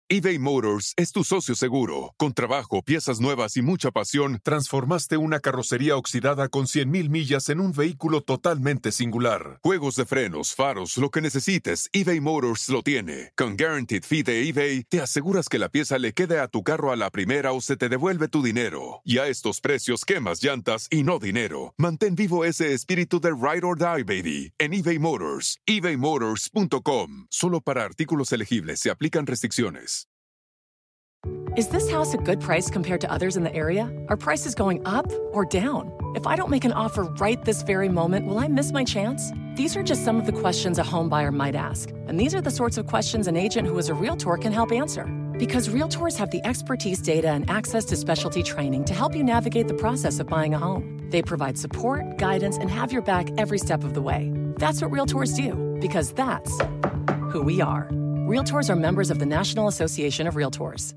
eBay Motors es tu socio seguro. Con trabajo, piezas nuevas y mucha pasión, transformaste una carrocería oxidada con 100,000 millas en un vehículo totalmente singular. Juegos de frenos, faros, lo que necesites, eBay Motors lo tiene. Con Guaranteed Fee de eBay, te aseguras que la pieza le quede a tu carro a la primera o se te devuelve tu dinero. Y a estos precios, quemas llantas y no dinero. Mantén vivo ese espíritu de Ride or Die, baby, en eBay Motors. ebaymotors.com. Solo para artículos elegibles se aplican restricciones. Is this house a good price compared to others in the area? Are prices going up or down? If I don't make an offer right this very moment, will I miss my chance? These are just some of the questions a home buyer might ask. And these are the sorts of questions an agent who is a Realtor can help answer. Because Realtors have the expertise, data, and access to specialty training to help you navigate the process of buying a home. They provide support, guidance, and have your back every step of the way. That's what Realtors do, because that's who we are. Realtors are members of the National Association of Realtors.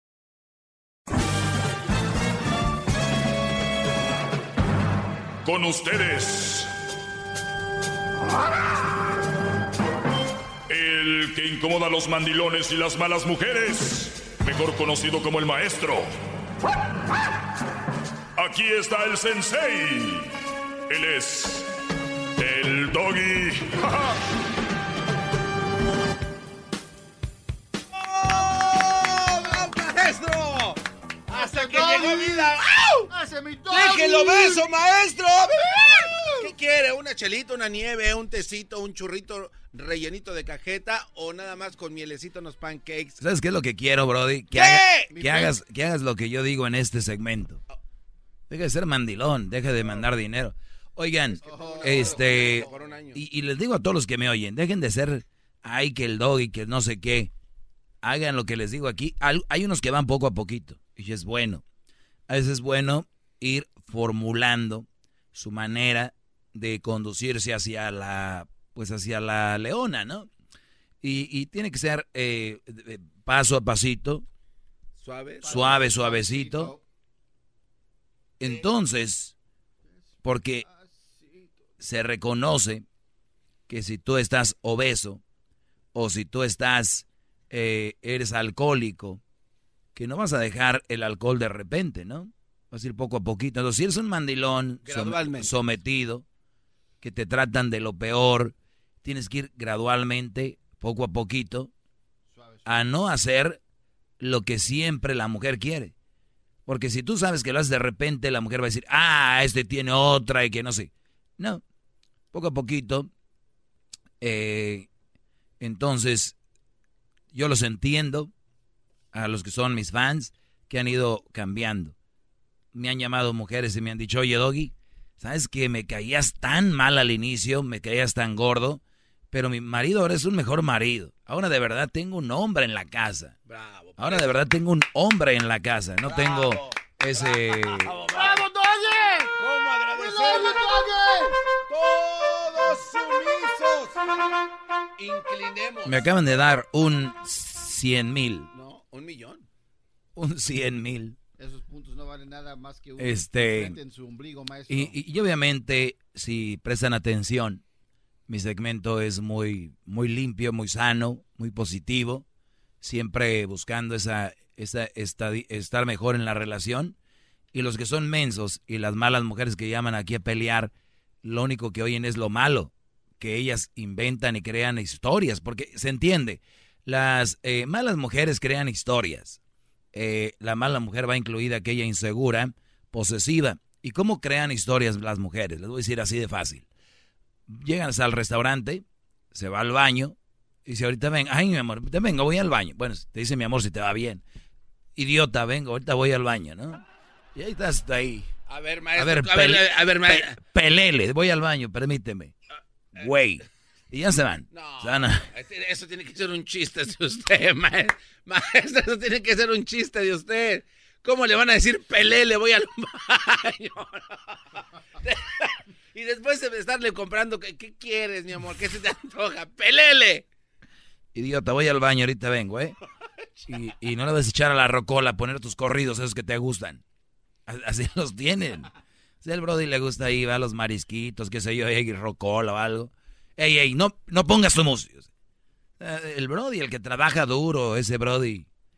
Con ustedes, el que incomoda a los mandilones y las malas mujeres, mejor conocido como el maestro. Aquí está el sensei. Él es el Doggy. ¡Oh, maestro! ¡Hasta que llegó vida! ¡Déjelo beso, maestro! ¿Qué quiere? ¿Una chelita, una nieve, un tecito, un churrito rellenito de cajeta o nada más con mielecito unos pancakes? ¿Sabes qué es lo que quiero, Brody? Que hagas lo que yo digo en este segmento. Deja de ser mandilón, deja de mandar dinero. Oigan, y les digo a todos los que me oyen, dejen de ser, ay, que el Doggy, que no sé qué. Hagan lo que les digo aquí. Hay unos que van poco a poquito, y es bueno. A veces es bueno ir formulando su manera de conducirse hacia la leona, ¿no? Y tiene que ser paso a pasito, suavecito. Entonces, porque se reconoce que si tú estás obeso o si tú eres alcohólico, que no vas a dejar el alcohol de repente, ¿no? Vas a ir poco a poquito. Entonces, si eres un mandilón sometido, que te tratan de lo peor, tienes que ir gradualmente, poco a poquito, a no hacer lo que siempre la mujer quiere. Porque si tú sabes que lo haces de repente, la mujer va a decir, este tiene otra y que no sé. No, poco a poquito. Entonces, yo los entiendo, a los que son mis fans, que han ido cambiando. Me han llamado mujeres y me han dicho, oye, Doggy, ¿sabes que me caías tan mal al inicio, me caías tan gordo, pero mi marido ahora es un mejor marido? Ahora de verdad tengo un hombre en la casa. Bravo. Ahora de verdad tengo un hombre en la casa. No tengo ese... ¡Bravo, Doggy! ¿Cómo agradecerle, Doggy? ¡Todos sumisos! Inclinemos. Me acaban de dar un 100,000. No, $1 millón. Un 100,000. Esos puntos no valen nada más que un frente en su ombligo, maestro. Y obviamente, si prestan atención, mi segmento es muy, muy limpio, muy sano, muy positivo, siempre buscando estar mejor en la relación. Y los que son mensos y las malas mujeres que llaman aquí a pelear, lo único que oyen es lo malo, que ellas inventan y crean historias, porque se entiende, las malas mujeres crean historias. La mala mujer va incluida aquella insegura, posesiva. ¿Y cómo crean historias las mujeres? Les voy a decir así de fácil. Llegan al restaurante, se va al baño, y dice, ahorita ven, ay mi amor, ahorita vengo, voy al baño. Bueno, te dice mi amor si te va bien. Idiota, vengo, ahorita voy al baño, ¿no? Y ahí estás ahí. A ver, maestro, a ver, maestro. Pelele, voy al baño, permíteme. Güey. Y ya se van. No, eso tiene que ser un chiste de usted, maestro. Maestro, eso tiene que ser un chiste de usted. ¿Cómo le van a decir pelele, voy al baño? Y después de estarle comprando, ¿qué quieres, mi amor? ¿Qué se te antoja? ¡Pelele! Idiota, voy al baño, ahorita vengo, ¿eh? Y no le vas a echar a la rocola, poner tus corridos, esos que te gustan. Así los tienen. Si al Brody le gusta ahí, va a los marisquitos, qué sé yo, rocola o algo. Ey, no pongas tu música. El Brody, el que trabaja duro, ese Brody,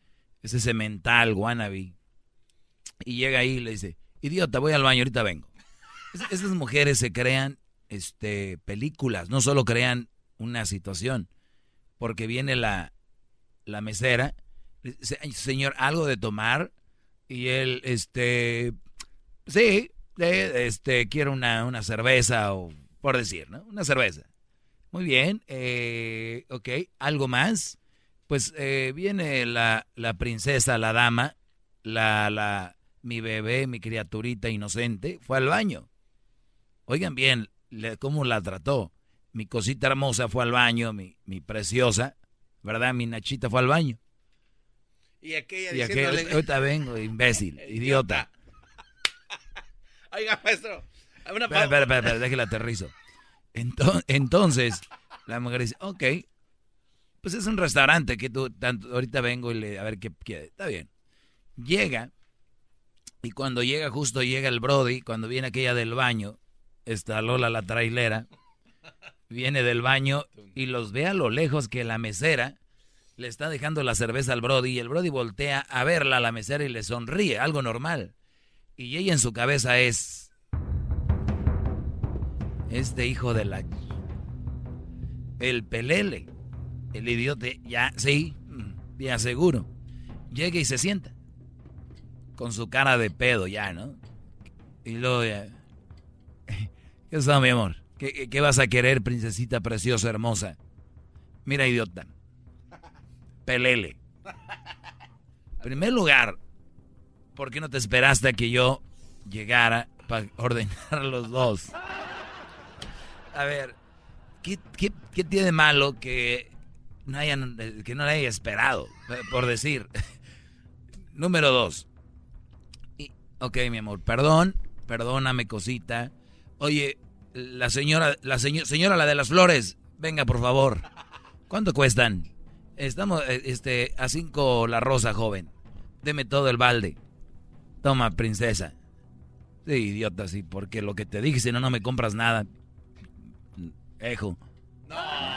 es ese mental wannabe. Y llega ahí y le dice, idiota, voy al baño, ahorita vengo. Esas mujeres se crean películas, no solo crean una situación. Porque viene la mesera, le dice, señor, ¿algo de tomar? Y él, sí, quiero una cerveza, o por decir, ¿no? Una cerveza. Muy bien, ok, ¿algo más? Pues viene la princesa, la dama, mi bebé, mi criaturita inocente, fue al baño. Oigan bien, cómo la trató. Mi cosita hermosa fue al baño, mi preciosa, ¿verdad? Mi Nachita fue al baño. Y aquella diciéndole... ahorita vengo, imbécil, idiota. Oiga, maestro. Espera, déjale aterrizo. Entonces, la mujer dice, ok, pues es un restaurante que tú, ahorita vengo y a ver qué quiere. Está bien. Llega, y cuando llega, justo llega el Brody, cuando viene aquella del baño, está Lola la trailera, viene del baño y los ve a lo lejos que la mesera le está dejando la cerveza al Brody, y el Brody voltea a verla a la mesera y le sonríe, algo normal. Y ella en su cabeza es... Este hijo de la... El pelele. El idiota, ya, sí, ya seguro. Llega y se sienta. Con su cara de pedo ya, ¿no? Y luego ya... ¿Qué está, mi amor? ¿Qué vas a querer, princesita preciosa, hermosa? Mira, idiota. Pelele. En primer lugar, ¿por qué no te esperaste a que yo llegara para ordenar a los dos? A ver, ¿qué tiene de malo que no le haya esperado? Por decir. Número 2. Ok, mi amor, perdóname, cosita. Oye, señora, la de las flores, venga, por favor. ¿Cuánto cuestan? Estamos, a 5 la rosa, joven. Deme todo el balde. Toma, princesa. Sí, idiota, sí, porque lo que te dije, si no me compras nada. Ejo. No.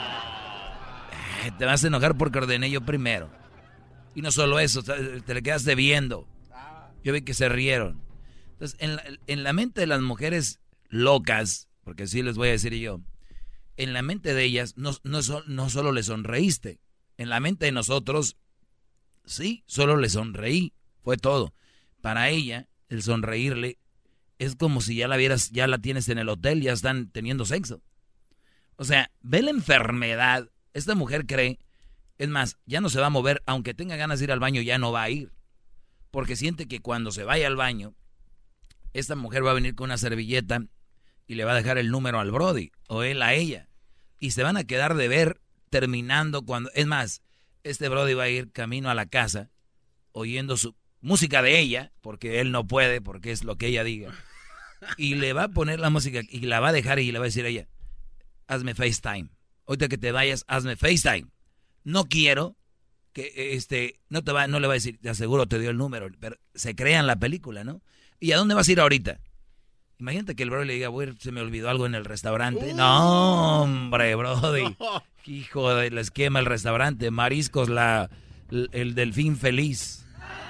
Te vas a enojar porque ordené yo primero. Y no solo eso, te le quedaste viendo. Yo vi que se rieron. Entonces, en la mente de las mujeres locas, porque así les voy a decir yo, en la mente de ellas no solo le sonreíste. En la mente de nosotros, sí, solo le sonreí. Fue todo. Para ella, el sonreírle es como si ya la tienes en el hotel, ya están teniendo sexo. O sea, ve la enfermedad. Esta mujer cree, es más, ya no se va a mover, aunque tenga ganas de ir al baño, ya no va a ir. Porque siente que cuando se vaya al baño, esta mujer va a venir con una servilleta y le va a dejar el número al Brody, o él a ella. Y se van a quedar de ver terminando cuando... Es más, este Brody va a ir camino a la casa, oyendo su música de ella, porque él no puede, porque es lo que ella diga. Y le va a poner la música y la va a dejar y le va a decir a ella, hazme FaceTime. Ahorita que te vayas, hazme FaceTime. No quiero que no le va a decir, te aseguro te dio el número, pero se crean la película, ¿no? ¿Y a dónde vas a ir ahorita? Imagínate que el Brody le diga, se me olvidó algo en el restaurante. No, hombre, Brody. No. Hijo de la esquema el restaurante, mariscos, el delfín feliz.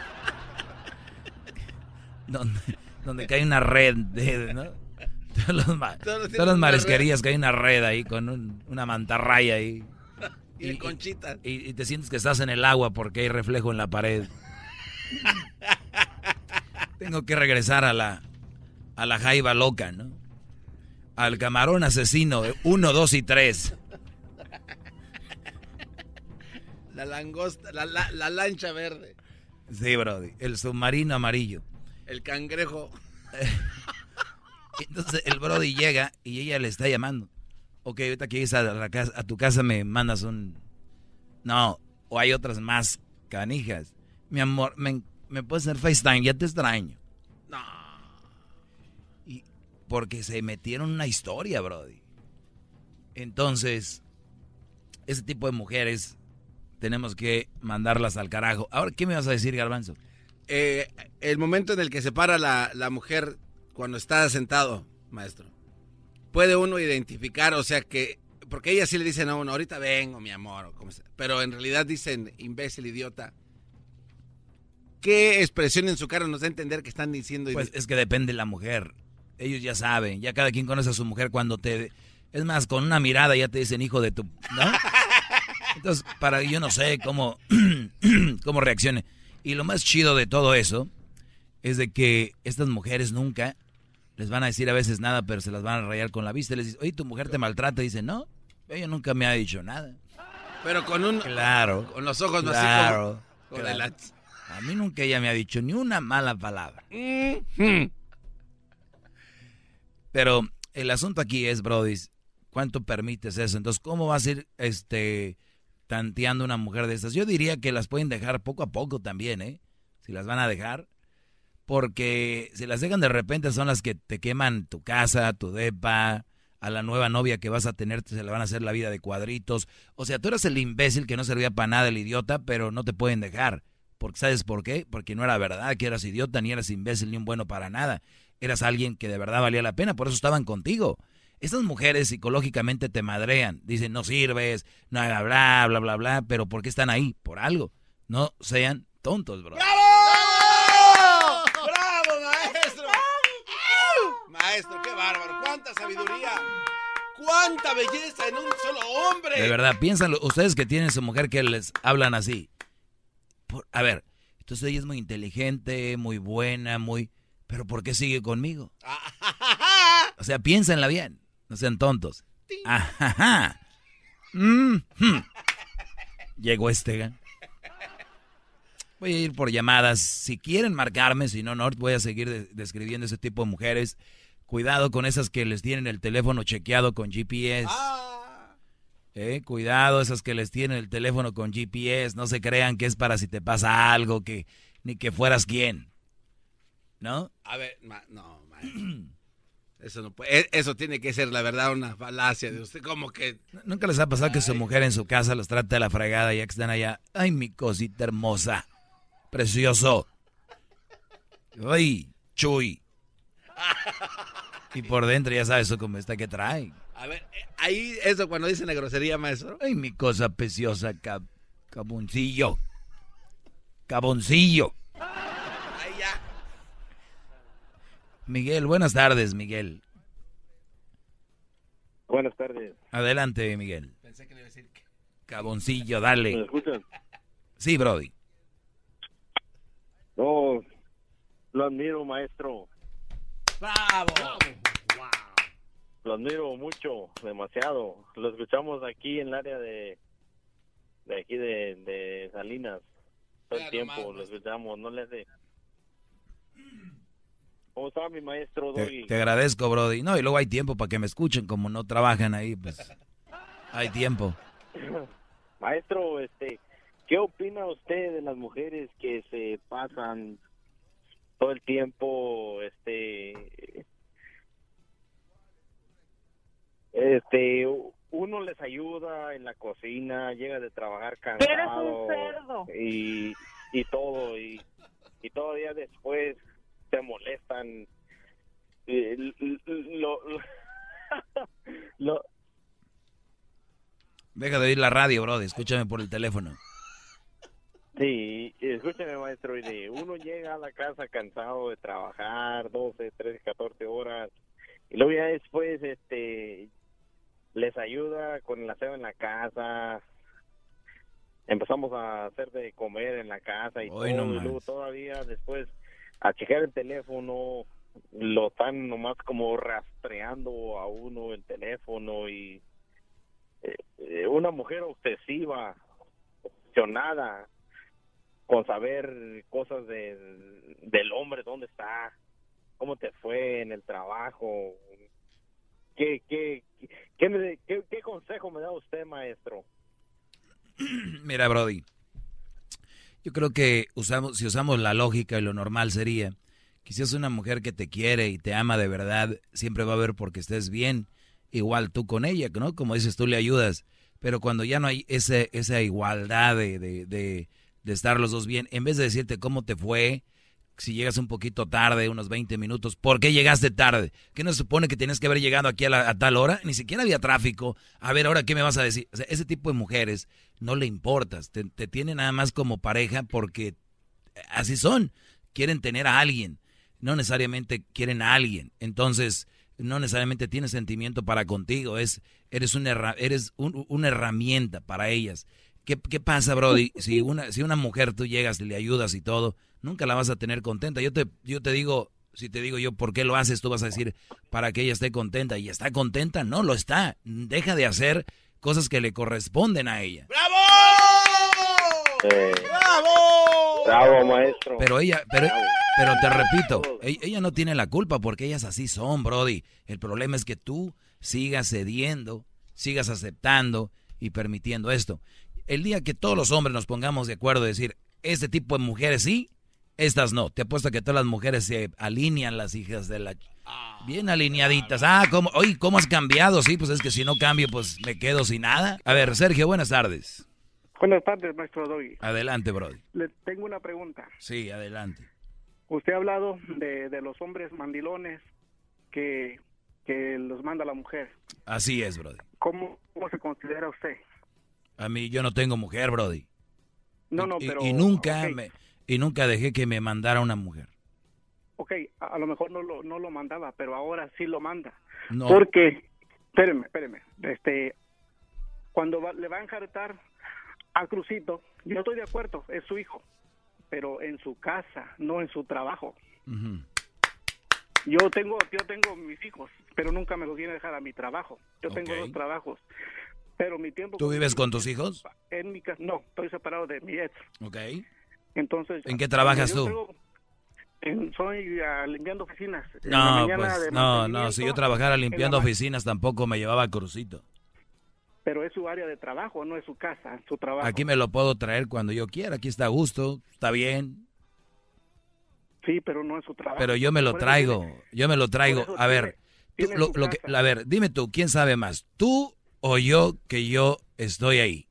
donde cae una red, ¿no? Todas las marisquerías que hay una red ahí con una mantarraya ahí. Y conchitas. Y te sientes que estás en el agua porque hay reflejo en la pared. Tengo que regresar a la jaiba loca, ¿no? Al camarón asesino, 1, 2 y 3. La langosta, la lancha verde. Sí, Brody, el submarino amarillo. El cangrejo. Entonces el Brody llega y ella le está llamando. Ok, ahorita que llegues a tu casa me mandas un... No, o hay otras más canijas. Mi amor, ¿me puedes hacer FaceTime? Ya te extraño. No. Y porque se metieron en una historia, Brody. Entonces, ese tipo de mujeres tenemos que mandarlas al carajo. Ahora, ¿qué me vas a decir, Garbanzo? El momento en el que se para la mujer cuando está sentado, maestro. Puede uno identificar, o sea que... Porque ellas sí le dicen a uno, ahorita vengo, mi amor, o como sea, pero en realidad dicen, imbécil, idiota. ¿qué expresión en su cara nos da a entender que están diciendo? Pues es que depende de la mujer. Ellos ya saben, ya cada quien conoce a su mujer cuando te... Es más, con una mirada ya te dicen hijo de tu... ¿no? Entonces, yo no sé cómo, cómo reaccione. Y lo más chido de todo eso es de que estas mujeres nunca les van a decir a veces nada, pero se las van a rayar con la vista. Les dicen, oye, ¿tu mujer te maltrata? Y dicen, no, ella nunca me ha dicho nada. Pero con un... Claro. Con los ojos claro, así como... claro. A mí nunca ella me ha dicho ni una mala palabra. Pero el asunto aquí es, brody, ¿cuánto permites eso? Entonces, ¿cómo vas a ir tanteando una mujer de estas? Yo diría que las pueden dejar poco a poco también, ¿eh? Si las van a dejar. Porque si las dejan de repente son las que te queman tu casa, tu depa, a la nueva novia que vas a tener se le van a hacer la vida de cuadritos. O sea, tú eras el imbécil que no servía para nada, el idiota, pero no te pueden dejar. Porque ¿sabes por qué? Porque no era verdad que eras idiota, ni eras imbécil, ni un bueno para nada. Eras alguien que de verdad valía la pena, por eso estaban contigo. Estas mujeres psicológicamente te madrean, dicen no sirves, no bla bla bla bla bla, pero ¿por qué están ahí? Por algo. No sean tontos, bro. ¡Bravo! ¡Bravo, maestro! Maestro, qué bárbaro, cuánta sabiduría, cuánta belleza en un solo hombre. De verdad, piénsanlo, ustedes que tienen su mujer que les hablan así. A ver, entonces ella es muy inteligente, muy buena, muy... ¿Pero por qué sigue conmigo? O sea, piénsenla bien, no sean tontos. Ajá. Llegó Voy a ir por llamadas. Si quieren marcarme, si no, voy a seguir describiendo ese tipo de mujeres. Cuidado con esas que les tienen el teléfono chequeado con GPS. Cuidado, esas que les tienen el teléfono con GPS. No se crean que es para si te pasa algo, ni que fueras quién. ¿No? A ver, no, maestro. Eso no puede, eso tiene que ser la verdad una falacia de usted, como que... ¿Nunca les ha pasado que su mujer en su casa los trata de la fregada y ya que están allá? Ay, mi cosita hermosa, precioso. Ay, chuy. Y por dentro ya sabes eso como está que trae. A ver, ahí eso cuando dicen la grosería, maestro. Ay, mi cosa preciosa, caboncillo. Caboncillo. Ahí ya. Miguel, buenas tardes, Miguel. Buenas tardes. Adelante, Miguel. Pensé que le iba a decir que... Caboncillo, dale. ¿Me escuchan? Sí, brody. No, lo admiro, maestro. ¡Bravo! Lo admiro mucho, demasiado. Lo escuchamos aquí en el área de aquí de Salinas. Todo el tiempo lo escuchamos, no le hace... ¿Cómo está mi maestro, Doggy? Te agradezco, brody. No, y luego hay tiempo para que me escuchen, como no trabajan ahí, pues hay tiempo. Maestro, ¿qué opina usted de las mujeres que se pasan todo el tiempo, uno les ayuda en la cocina, llega de trabajar cansado. Eres un cerdo. Y todo, y todavía después te molestan. Deja de oír la radio, brody, escúchame por el teléfono. Sí, escúchame, maestro, uno llega a la casa cansado de trabajar 12, 13, 14 horas, y luego ya después les ayuda con el aseo en la casa, empezamos a hacer de comer en la casa y todo, y luego todavía después a checar el teléfono, lo están nomás como rastreando a uno el teléfono, y una mujer obsesiva, obsesionada con saber cosas del hombre, dónde está, cómo te fue en el trabajo. ¿Qué consejo me da usted, maestro? Mira, brody, yo creo que si usamos la lógica y lo normal sería que si es una mujer que te quiere y te ama de verdad, siempre va a haber porque estés bien, igual tú con ella, ¿no? Como dices, tú le ayudas, pero cuando ya no hay esa igualdad de estar los dos bien, en vez de decirte cómo te fue, si llegas un poquito tarde, unos 20 minutos, ¿por qué llegaste tarde? ¿Qué no se supone que tienes que haber llegado aquí a tal hora? Ni siquiera había tráfico. A ver, ¿ahora qué me vas a decir? O sea, ese tipo de mujeres no le importas, te tienen nada más como pareja porque así son. Quieren tener a alguien. No necesariamente quieren a alguien. Entonces, no necesariamente tienes sentimiento para contigo. Eres una herramienta para ellas. ¿Qué pasa, Brody? Si una mujer tú llegas y le ayudas y todo, nunca la vas a tener contenta. Yo te digo, si te digo yo por qué lo haces, tú vas a decir para que ella esté contenta. ¿Y está contenta? No lo está. Deja de hacer cosas que le corresponden a ella. ¡Bravo! ¡Bravo! ¡Bravo, maestro! Pero te repito, ella no tiene la culpa porque ellas así son, Brody. El problema es que tú sigas cediendo, sigas aceptando y permitiendo esto. El día que todos los hombres nos pongamos de acuerdo y decir, este tipo de mujeres sí, estas no. Te apuesto que todas las mujeres se alinean, las hijas de la... Bien alineaditas. ¿Cómo has cambiado? Sí, pues es que si no cambio, pues me quedo sin nada. A ver, Sergio, buenas tardes. Buenas tardes, maestro Doggy. Adelante, Brody. Le tengo una pregunta. Sí, adelante. Usted ha hablado de los hombres mandilones que los manda la mujer. Así es, Brody. ¿Cómo se considera usted? A mí, yo no tengo mujer, Brody. No, pero... Y nunca, okay. nunca dejé que me mandara una mujer. Ok, a lo mejor no lo mandaba, pero ahora sí lo manda. No. Porque, espéreme, cuando le va a enjaretar a Crucito, yo estoy de acuerdo, es su hijo, pero en su casa, no en su trabajo. Uh-huh. Yo tengo mis hijos, pero nunca me los viene a dejar a mi trabajo. Yo tengo 2 trabajos, pero mi tiempo... ¿Tú vives con tus hijos? En mi casa, no, estoy separado de mi ex. Ok. Entonces... ¿En qué trabajas tú? Soy limpiando oficinas. No, pues, si yo trabajara limpiando oficinas tampoco me llevaba Crucito. Pero es su área de trabajo, no es su casa, su trabajo. Aquí me lo puedo traer cuando yo quiera, aquí está a gusto, está bien. Sí, pero no es su trabajo. Pero yo me lo traigo. A ver, a ver, dime tú, ¿quién sabe más? ¿Tú o yo que yo estoy ahí?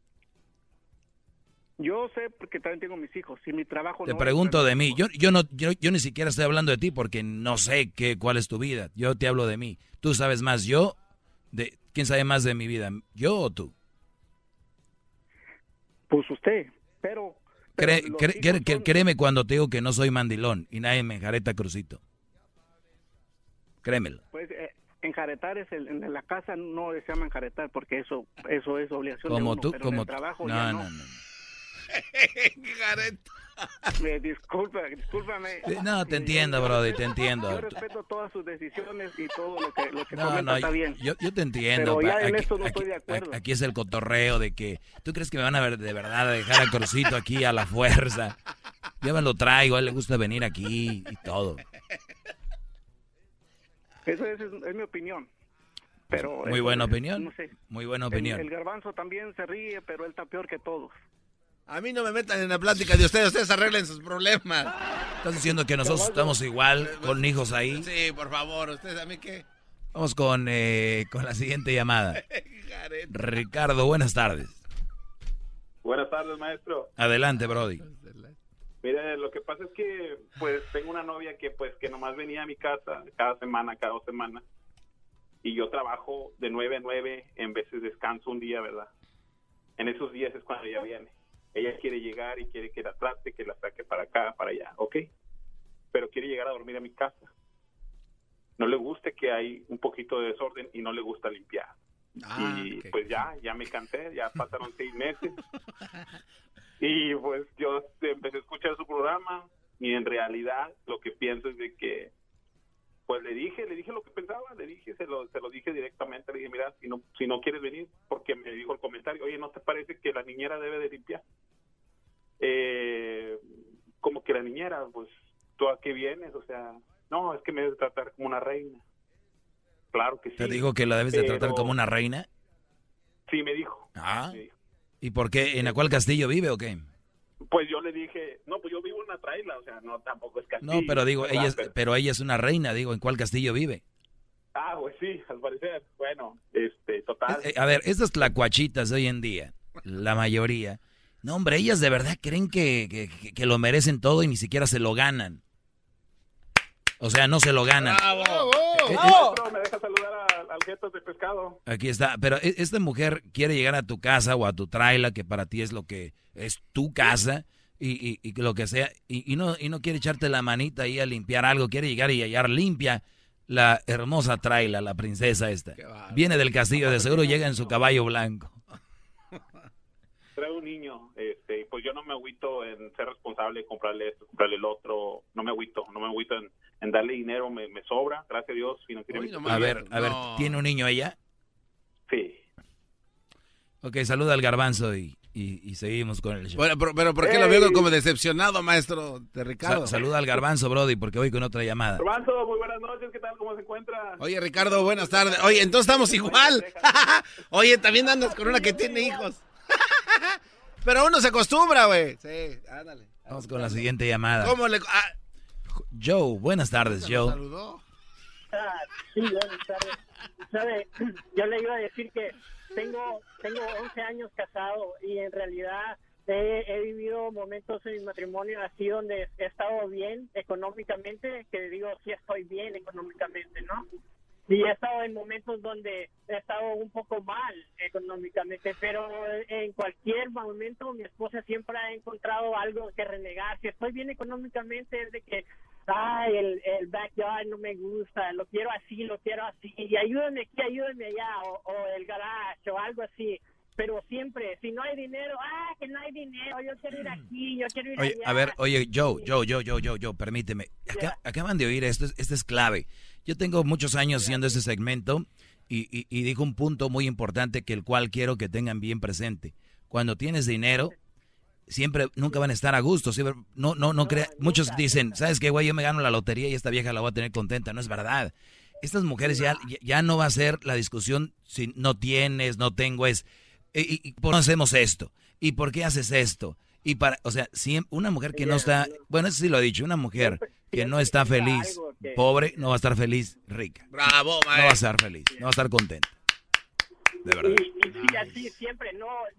Yo sé porque también tengo mis hijos y mi trabajo. Te pregunto de mí. Yo ni siquiera estoy hablando de ti porque no sé cuál es tu vida. Yo te hablo de mí. Tú sabes más. ¿Quién sabe más de mi vida? ¿Yo o tú? Pues usted. Pero créeme cuando te digo que no soy mandilón y nadie me enjareta Crucito. Créemelo. Pues enjaretar en la casa no se llama enjaretar porque eso es obligación como de uno, tú, pero como en el trabajo no, ya no. Discúlpame. No, te entiendo, Brody, te entiendo. Yo respeto todas sus decisiones y todo lo que comenta está bien. Yo te entiendo. Pero ya en eso no estoy de acuerdo. Aquí es el cotorreo de que ¿tú crees que me van a ver de verdad a dejar a Crucito aquí a la fuerza? Yo me lo traigo, a él le gusta venir aquí y todo. Eso es mi opinión. Pero muy buena opinión. No sé. Muy buena opinión. El Garbanzo también se ríe, pero él está peor que todos. A mí no me metan en la plática de ustedes arreglen sus problemas. ¿Estás diciendo que nosotros estamos igual con hijos ahí? Sí, por favor, ¿ustedes a mí qué? Vamos con la siguiente llamada. Ricardo, buenas tardes. Buenas tardes, maestro. Adelante, Brody. Mire, lo que pasa es que pues tengo una novia que nomás venía a mi casa cada 2 semanas. Y yo trabajo de 9 a 9, en veces descanso un día, ¿verdad? En esos días es cuando ella viene. Ella quiere llegar y quiere que la trate, que la saque para acá, para allá, ¿ok? Pero quiere llegar a dormir a mi casa. No le gusta que hay un poquito de desorden y no le gusta limpiar. Okay. Pues ya me cansé, ya pasaron 6 meses. Y pues yo empecé a escuchar su programa y en realidad lo que pienso es de que pues le dije lo que pensaba, se lo dije directamente, le dije, mira, si no quieres venir, porque me dijo el comentario, oye, ¿no te parece que la niñera debe de limpiar? Como que la niñera, pues, ¿tú a qué vienes? O sea, no, es que me debes tratar como una reina. Claro que sí. ¿Te dijo que la debes de tratar como una reina? Sí, me dijo. Ah, me dijo. ¿Y por qué? ¿En cuál castillo vive o qué? Pues yo le dije, no, pues yo vivo en una traila, o sea, no, tampoco es castillo. No, pero digo, pero ella es una reina, digo, ¿en cuál castillo vive? Ah, pues sí, al parecer, bueno, total. A ver, estas tlacuachitas de hoy en día, la mayoría, no, hombre, ellas de verdad creen que lo merecen todo y ni siquiera se lo ganan. O sea, no se lo ganan. ¡Bravo! ¿Me deja saludar al Jetas de Pescado? Aquí está, pero esta mujer quiere llegar a tu casa o a tu traila, que para ti es lo que es tu casa, y lo que sea, y no quiere echarte la manita ahí a limpiar algo, quiere llegar y hallar limpia la hermosa Traila, la princesa esta. Viene del castillo, de seguro llega en su caballo blanco. Trae un niño, pues yo no me agüito en ser responsable, comprarle esto, comprarle el otro, no me agüito en darle dinero, me sobra, gracias a Dios, financieramente. A ver, ¿tiene un niño ella? Sí. Ok, saluda al Garbanzo y seguimos con el show. Bueno, pero ¿por qué lo veo como decepcionado, maestro de Ricardo? Saluda al Garbanzo, Brody, porque voy con otra llamada. Garbanzo, muy buenas noches, ¿qué tal? ¿Cómo se encuentra? Oye, Ricardo, buenas tardes. Oye, entonces estamos igual. Oye, también andas con una que tiene hijos. Pero uno se acostumbra, güey. Sí, ándale. Vamos con la siguiente llamada. ¿Cómo le...? Joe, buenas tardes, Joe. Saludó. Sí, buenas tardes. ¿Sabe? Yo le iba a decir que tengo 11 años casado y en realidad he vivido momentos en mi matrimonio así donde he estado bien económicamente, que digo, sí estoy bien económicamente, ¿no? Y he estado en momentos donde he estado un poco mal económicamente, pero en cualquier momento mi esposa siempre ha encontrado algo que renegar. Si estoy bien económicamente es de que, el backyard no me gusta, lo quiero así, y ayúdame aquí, ayúdame allá, o el garage, o algo así. Pero siempre, si no hay dinero, que no hay dinero, yo quiero ir aquí, yo quiero ir allá. A ver, oye, Joe, permíteme. Acaban de oír esto es clave. Yo tengo muchos años haciendo este segmento y dijo un punto muy importante que el cual quiero que tengan bien presente. Cuando tienes dinero, nunca van a estar a gusto. Siempre, muchos dicen, ¿sabes qué, güey? Yo me gano la lotería y esta vieja la voy a tener contenta. No es verdad. Estas mujeres ya no va a ser la discusión si no tienes, no tengo, ¿y por qué hacemos esto? ¿Y por qué haces esto? Una mujer que no está, bueno, eso sí lo he dicho, una mujer que no está feliz, pobre, no va a estar feliz, rica. Bravo, maestro. No va a estar feliz, no va a estar contenta. De verdad. Y así siempre,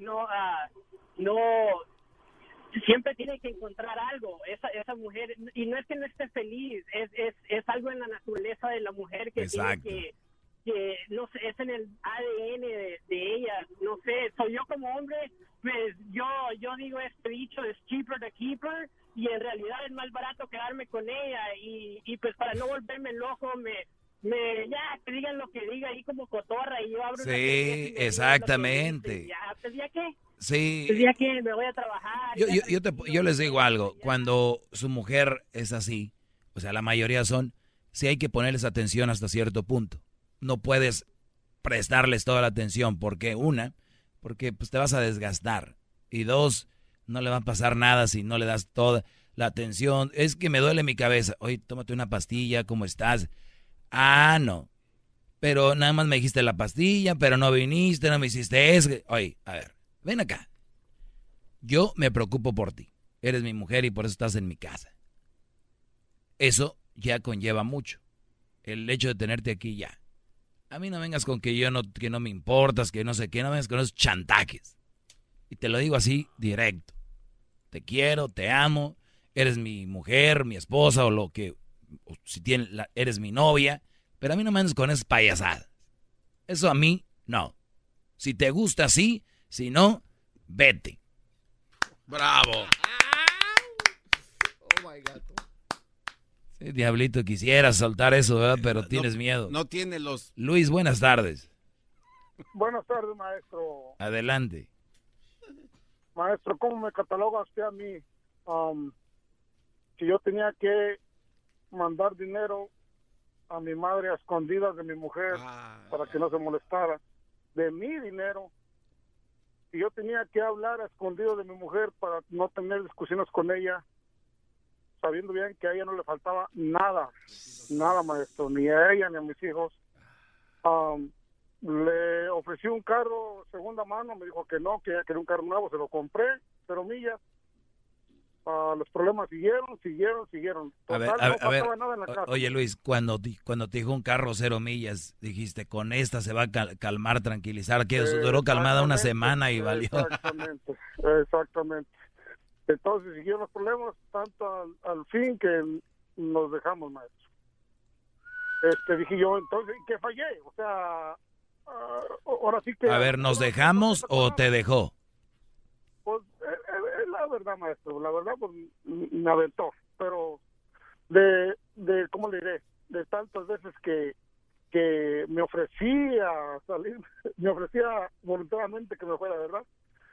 siempre tiene que encontrar algo, esa mujer, y no es que no esté feliz, es algo en la naturaleza de la mujer que Exacto. tiene que no sé, es en el ADN de ella, no sé, soy yo como hombre, pues yo digo este dicho, es cheaper to keep her, y en realidad es más barato quedarme con ella, y pues para no volverme loco, ya que digan lo que diga ahí como cotorra, y yo abro sí, exactamente. Ya, pues ya qué. Sí. Pues ya que me voy a trabajar. Yo les digo algo, cuando su mujer es así, o sea, la mayoría sí hay que ponerles atención hasta cierto punto. No puedes prestarles toda la atención, porque pues te vas a desgastar. Y dos, no le va a pasar nada si no le das toda la atención. Es que me duele mi cabeza. Oye, tómate una pastilla, ¿cómo estás? No. Pero nada más me dijiste la pastilla, pero no viniste, no me hiciste eso. Oye, a ver, ven acá. Yo me preocupo por ti. Eres mi mujer y por eso estás en mi casa. Eso ya conlleva mucho. El hecho de tenerte aquí ya. A mí no vengas con que no me importas, que no sé qué, no vengas con esos chantajes. Y te lo digo así, directo. Te quiero, te amo, eres mi mujer, mi esposa, o si eres mi novia, pero a mí no me andes con esas payasadas. Eso a mí, no. Si te gusta, sí, si no, vete. ¡Bravo! Oh, my God. Sí, diablito, quisiera soltar eso, ¿verdad? Pero tienes miedo. No tiene los... Luis, buenas tardes. Buenas tardes, maestro. Adelante. Maestro, ¿cómo me cataloga usted a mí? Si yo tenía que mandar dinero a mi madre a escondidas de mi mujer para que no se molestara, de mi dinero, y yo tenía que hablar a escondidas de mi mujer para no tener discusiones con ella, sabiendo bien que a ella no le faltaba nada, maestro, ni a ella ni a mis hijos. Le ofrecí un carro segunda mano, me dijo que no, que ella quería un carro nuevo, se lo compré, 0 millas. Los problemas siguieron. Total, a ver, nada en la casa. Oye Luis, cuando te dijo un carro 0 millas, dijiste, con esta se va a calmar, tranquilizar, que duró calmada una semana y valió. Exactamente. Entonces siguieron los problemas tanto al fin que nos dejamos, maestro. Dije yo, entonces, que fallé, o sea, ahora sí que... A ver, ¿nos dejamos o te dejó? Pues verdad, maestro, la verdad, pues, me aventó. Pero ¿cómo le diré? De tantas veces que me ofrecía salir, me ofrecía voluntariamente que me fuera, ¿verdad?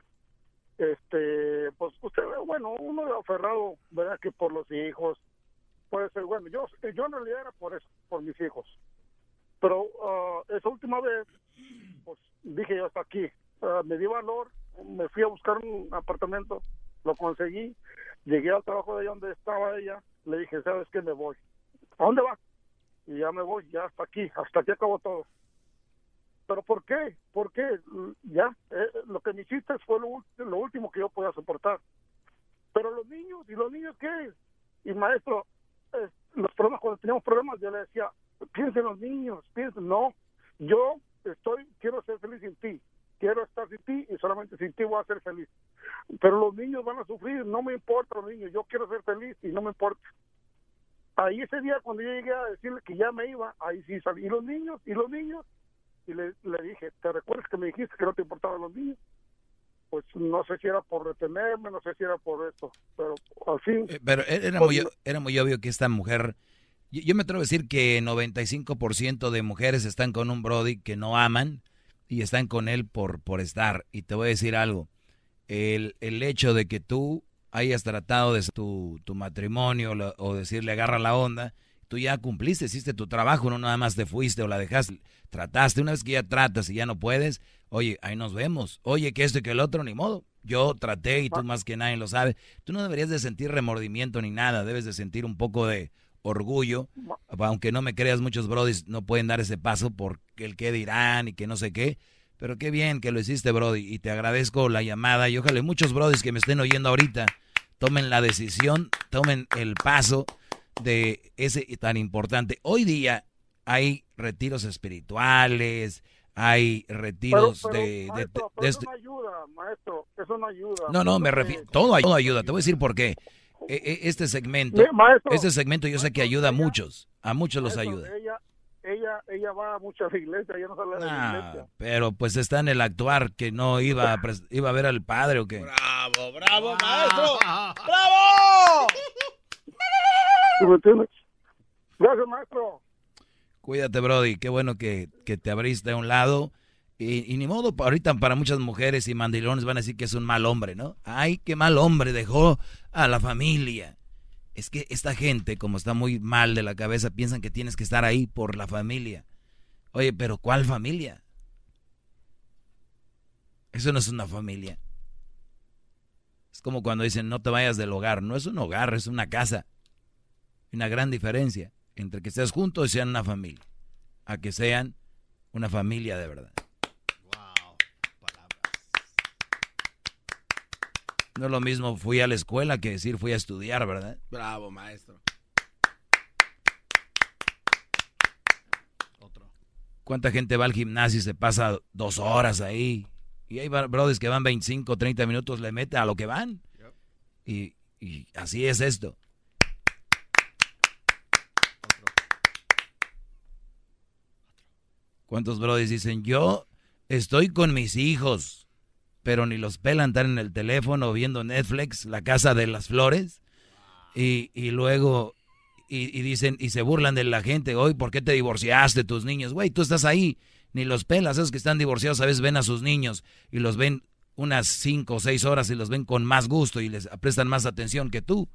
Pues usted, bueno, uno aferrado, ¿verdad? Que por los hijos, puede ser, bueno, yo en realidad era por eso, por mis hijos. Pero esa última vez, pues dije yo hasta aquí, me di valor, me fui a buscar un apartamento, lo conseguí, llegué al trabajo de allá donde estaba ella, le dije, ¿sabes qué? Me voy. ¿A dónde vas? Y ya me voy, ya hasta aquí acabó todo. ¿Pero por qué? Porque ya, lo que me hiciste fue lo último que yo podía soportar. Pero los niños qué? Y maestro, los problemas, cuando teníamos problemas, yo le decía, piensen los niños, no, yo quiero ser feliz sin ti, quiero estar sin ti y solamente sin ti voy a ser feliz. Pero los niños van a sufrir, no me importa los niños, yo quiero ser feliz y no me importa. Ahí ese día cuando yo llegué a decirle que ya me iba, ahí sí salí. Y los niños, y le dije, ¿te recuerdas que me dijiste que no te importaban los niños? Pues no sé si era por retenerme, no sé si era por esto, pero al fin... Pero era muy obvio que esta mujer... Yo me atrevo a decir que 95% de mujeres están con un brody que no aman y están con él por estar. Y te voy a decir algo, el hecho de que tú hayas tratado de tu matrimonio o decirle agarra la onda, tú ya cumpliste, hiciste tu trabajo, no nada más te fuiste o la dejaste, trataste. Una vez que ya tratas y ya no puedes, oye, ahí nos vemos, oye, que esto y que el otro, ni modo, yo traté y tú más que nadie lo sabes. Tú no deberías de sentir remordimiento ni nada, debes de sentir un poco de orgullo, aunque no me creas, muchos brodis no pueden dar ese paso por el qué dirán y que no sé qué, pero qué bien que lo hiciste, brody, y te agradezco la llamada, y ojalá muchos brodis que me estén oyendo ahorita tomen la decisión, tomen el paso de ese tan importante. Hoy día hay retiros espirituales, hay retiros maestro, eso no ayuda, maestro, eso no ayuda. No, me refiero, todo ayuda, te voy a decir por qué. Este segmento yo sé que ayuda a muchos los ayuda. Ella va a muchas iglesias, ella no sale de la iglesia. Pero pues está en el actuar, que no iba a ver al padre o qué. ¡Bravo, maestro! ¡Bravo! Gracias, maestro. Cuídate, brody, qué bueno que te abriste a un lado. Y ni modo, ahorita para muchas mujeres y mandilones van a decir que es un mal hombre, ¿no? Ay, qué mal hombre, dejó a la familia. Es que esta gente, como está muy mal de la cabeza, piensan que tienes que estar ahí por la familia. Oye, pero ¿cuál familia? Eso no es una familia. Es como cuando dicen, no te vayas del hogar. No es un hogar, es una casa. Una gran diferencia entre que estés juntos y sean una familia, a que sean una familia de verdad. No es lo mismo fui a la escuela que decir fui a estudiar, ¿verdad? Bravo, maestro. Otro. ¿Cuánta gente va al gimnasio y se pasa 2 horas ahí? Y hay brothers que van 25, 30 minutos, le mete a lo que van. Yep. Y así es esto. Otro. ¿Cuántos brothers dicen, yo estoy con mis hijos, pero ni los pelan, están en el teléfono viendo Netflix, La Casa de las Flores, y luego y dicen y se burlan de la gente, hoy ¿por qué te divorciaste tus niños? Güey, tú estás ahí, ni los pelas. Esos que están divorciados a veces ven a sus niños y los ven unas 5 o 6 horas y los ven con más gusto y les prestan más atención que tú.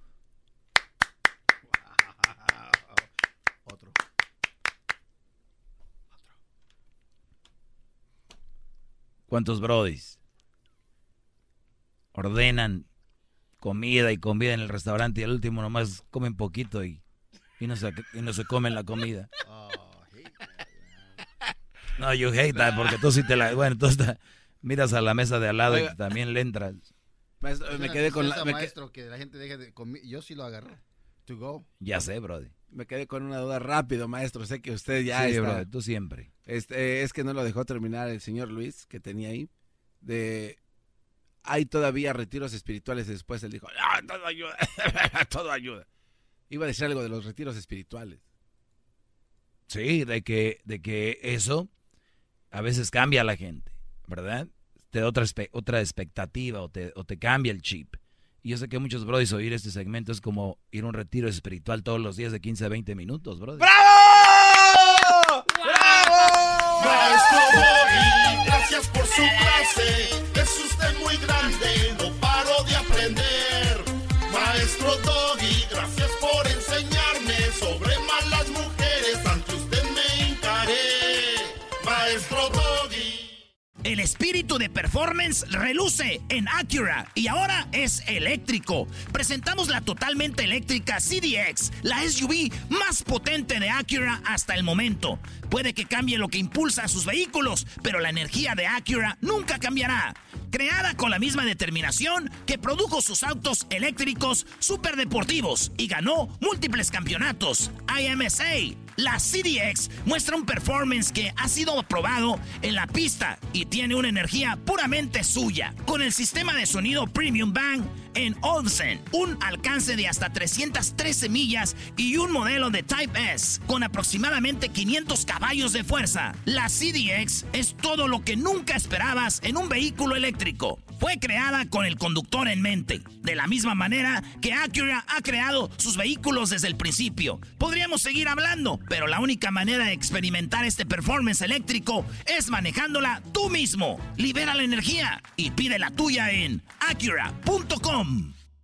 Otro. ¿Cuántos brodis ordenan comida y comida en el restaurante y al último nomás comen poquito y no se comen la comida? No, you hate that, porque tú sí te la... Bueno, tú miras a la mesa de al lado y también le entras. Maestro, me quedé con la... Maestro, que la gente deje de comer. Yo sí lo agarré. To go. Ya sé, brody. Me quedé con una duda rápido, maestro. Sé que usted ya sí, está... brody, tú siempre. Es que no lo dejó terminar el señor Luis, que tenía ahí, hay todavía retiros espirituales. Después él dijo, todo ayuda, todo ayuda. Iba a decir algo de los retiros espirituales. Sí, de que eso a veces cambia a la gente, ¿verdad? Te da otra expectativa o te cambia el chip. Y yo sé que muchos brodis oír este segmento es como ir a un retiro espiritual todos los días de 15 a 20 minutos, brody. ¡Bravo! ¡Bravo! Maestro Doggy, gracias por su clase. Es usted muy grande, no paro de aprender. Maestro Doggy, gracias por enseñarme sobre malas mujeres. Ante usted me hincaré. Maestro Doggy. El espíritu de performance reluce en Acura y ahora es eléctrico. Presentamos la totalmente eléctrica CDX, la SUV más potente de Acura hasta el momento. Puede que cambie lo que impulsa a sus vehículos, pero la energía de Acura nunca cambiará. Creada con la misma determinación que produjo sus autos eléctricos superdeportivos y ganó múltiples campeonatos. IMSA. La CDX muestra un performance que ha sido aprobado en la pista y tiene una energía puramente suya. Con el sistema de sonido Premium Bang en Olsen, un alcance de hasta 313 millas y un modelo de Type S con aproximadamente 500 caballos de fuerza. La CDX es todo lo que nunca esperabas en un vehículo eléctrico. Fue creada con el conductor en mente, de la misma manera que Acura ha creado sus vehículos desde el principio. Podríamos seguir hablando, pero la única manera de experimentar este performance eléctrico es manejándola tú mismo. Libera la energía y pide la tuya en Acura.com.